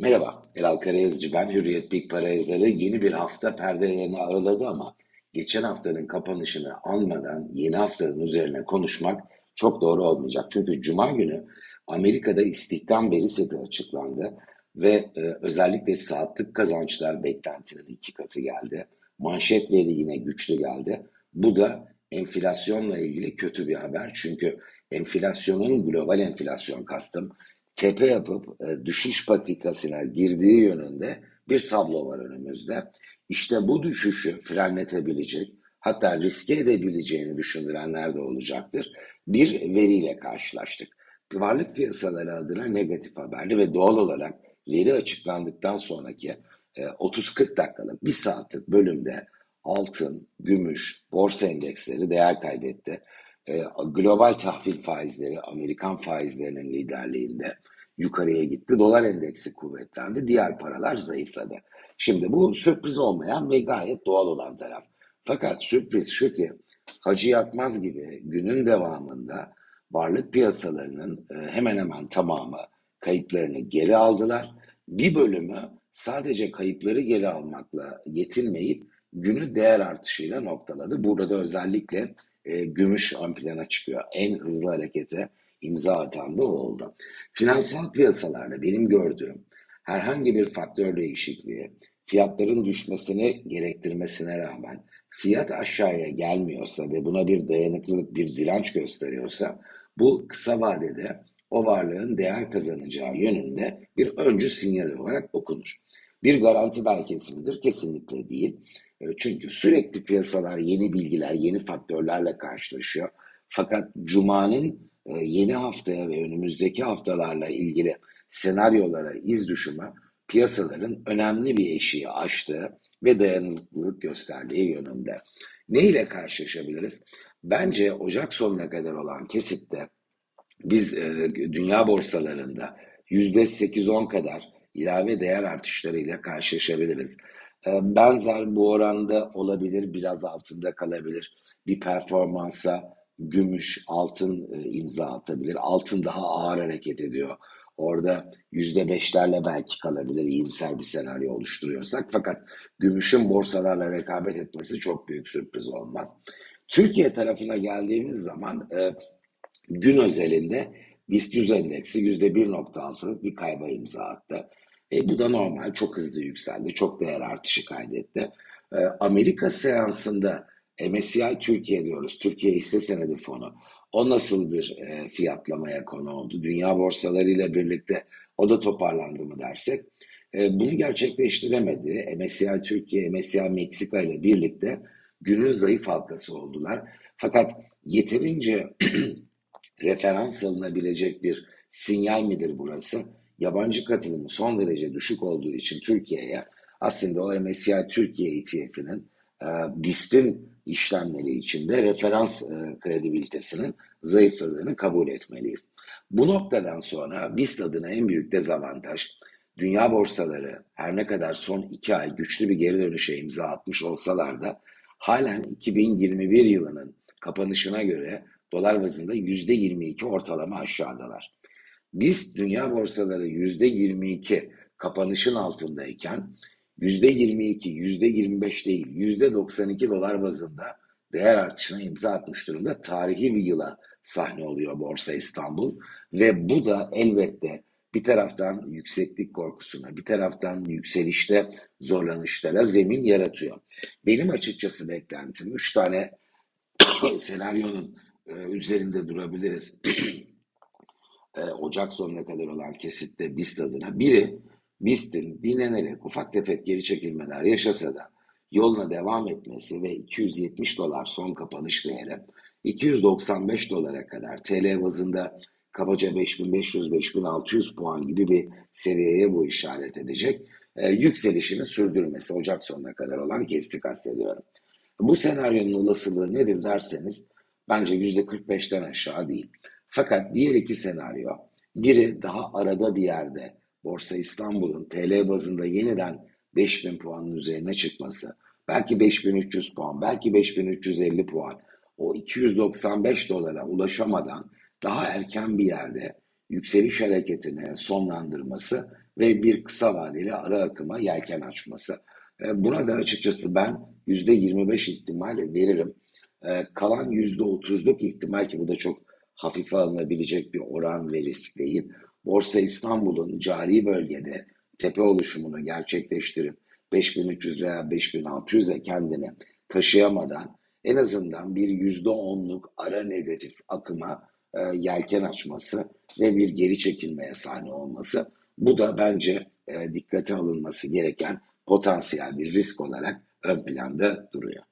Merhaba, Elal Karayazıcı ben. Hürriyet Big Para yazarı. Yeni bir hafta perdelerini araladı ama geçen haftanın kapanışını almadan yeni haftanın üzerine konuşmak çok doğru olmayacak. Çünkü Cuma günü Amerika'da istihdam veri seti açıklandı ve özellikle saatlik kazançlar beklentinin 2 katı geldi. Manşet veri yine güçlü geldi. Bu da enflasyonla ilgili kötü bir haber. Çünkü enflasyonun global enflasyon kastım tepe yapıp düşüş patikasına girdiği yönünde bir tablo var önümüzde. İşte bu düşüşü frenletebilecek, hatta riske edebileceğini düşündürenler de olacaktır. Bir veriyle karşılaştık. Varlık piyasaları adına negatif haberli ve doğal olarak veri açıklandıktan sonraki 30-40 dakikalık, bir saatlik bölümde altın, gümüş, borsa endeksleri değer kaybetti. Global tahvil faizleri Amerikan faizlerinin liderliğinde yukarıya gitti. Dolar endeksi kuvvetlendi. Diğer paralar zayıfladı. Şimdi bu sürpriz olmayan ve gayet doğal olan taraf. Fakat sürpriz şu ki Hacı Yatmaz gibi günün devamında varlık piyasalarının hemen hemen tamamı kayıplarını geri aldılar. Bir bölümü sadece kayıpları geri almakla yetinmeyip günü değer artışıyla noktaladı. Burada özellikle gümüş ön plana çıkıyor. En hızlı harekete imza atan da o oldu. Finansal piyasalarda benim gördüğüm herhangi bir faktör değişikliği fiyatların düşmesini gerektirmesine rağmen fiyat aşağıya gelmiyorsa ve buna bir dayanıklılık, bir direnç gösteriyorsa bu kısa vadede o varlığın değer kazanacağı yönünde bir öncü sinyal olarak okunur. Bir garanti belgesi midir? Kesinlikle değil. Çünkü sürekli piyasalar yeni bilgiler, yeni faktörlerle karşılaşıyor. Fakat Cuma'nın yeni haftaya ve önümüzdeki haftalarla ilgili senaryolara iz düşümü piyasaların önemli bir eşiği aştığı ve dayanıklılık gösterdiği yönünde. Ne ile karşılaşabiliriz? Bence Ocak sonuna kadar olan kesitte biz dünya borsalarında %8-10 kadar ilave değer artışlarıyla karşılaşabiliriz. Benzer bu oranda olabilir, biraz altında kalabilir. Bir performansa gümüş, altın imza atabilir. Altın daha ağır hareket ediyor. Orada %5'lerle belki kalabilir, iyimser bir senaryo oluşturuyorsak. Fakat gümüşün borsalarla rekabet etmesi çok büyük sürpriz olmaz. Türkiye tarafına geldiğimiz zaman gün özelinde BIST 100 endeksi %1,6'lık bir kayba imza attı. Bu da normal, çok hızlı yükseldi, çok değer artışı kaydetti. Amerika seansında MSCI Türkiye diyoruz, Türkiye Hisse Senedi Fonu. O nasıl bir fiyatlamaya konu oldu? Dünya borsalarıyla birlikte o da toparlandı mı dersek? Bunu gerçekleştiremedi. MSCI Türkiye, MSCI Meksika ile birlikte günün zayıf halkası oldular. Fakat yeterince referans alınabilecek bir sinyal midir burası? Yabancı katılımı son derece düşük olduğu için Türkiye'ye aslında o MSCI Türkiye ETF'inin BIST'in işlemleri içinde referans kredibilitesinin zayıfladığını kabul etmeliyiz. Bu noktadan sonra BIST adına en büyük dezavantaj dünya borsaları her ne kadar son 2 ay güçlü bir geri dönüşe imza atmış olsalar da halen 2021 yılının kapanışına göre dolar bazında %22 ortalama aşağıdalar. Biz dünya borsaları %22 kapanışın altındayken %22, %25 değil %92 dolar bazında değer artışına imza atmış durumda. Tarihi bir yıla sahne oluyor Borsa İstanbul ve bu da elbette bir taraftan yükseklik korkusuna, bir taraftan yükselişte zorlanışlara zemin yaratıyor. Benim açıkçası beklentim 3 tane senaryonun üzerinde durabiliriz. Ocak sonuna kadar olan kesitte BIST adına. Biri, BIST'in dinlenerek ufak tefek geri çekilmeler yaşasa da yoluna devam etmesi ve 270 dolar son kapanış değeri 295 dolara kadar TL bazında kabaca 5500-5600 puan gibi bir seviyeye bu işaret edecek. Yükselişini sürdürmesi Ocak sonuna kadar olan kesti kastediyorum. Bu senaryonun olasılığı nedir derseniz bence %45'ten aşağı değil. Fakat diğer iki senaryo, biri daha arada bir yerde Borsa İstanbul'un TL bazında yeniden 5000 puanın üzerine çıkması, belki 5300 puan, belki 5350 puan, o 295 dolara ulaşamadan daha erken bir yerde yükseliş hareketini sonlandırması ve bir kısa vadeli ara akıma yelken açması. Buna da açıkçası ben %25 ihtimal veririm. Kalan %30'luk ihtimal, ki bu da çok hafife alınabilecek bir oran ve risk değil. Borsa İstanbul'un cari bölgede tepe oluşumunu gerçekleştirip 5300 veya 5600'e kendini taşıyamadan en azından bir %10'luk ara negatif akıma yelken açması ve bir geri çekilmeye sahne olması. Bu da bence dikkate alınması gereken potansiyel bir risk olarak ön planda duruyor.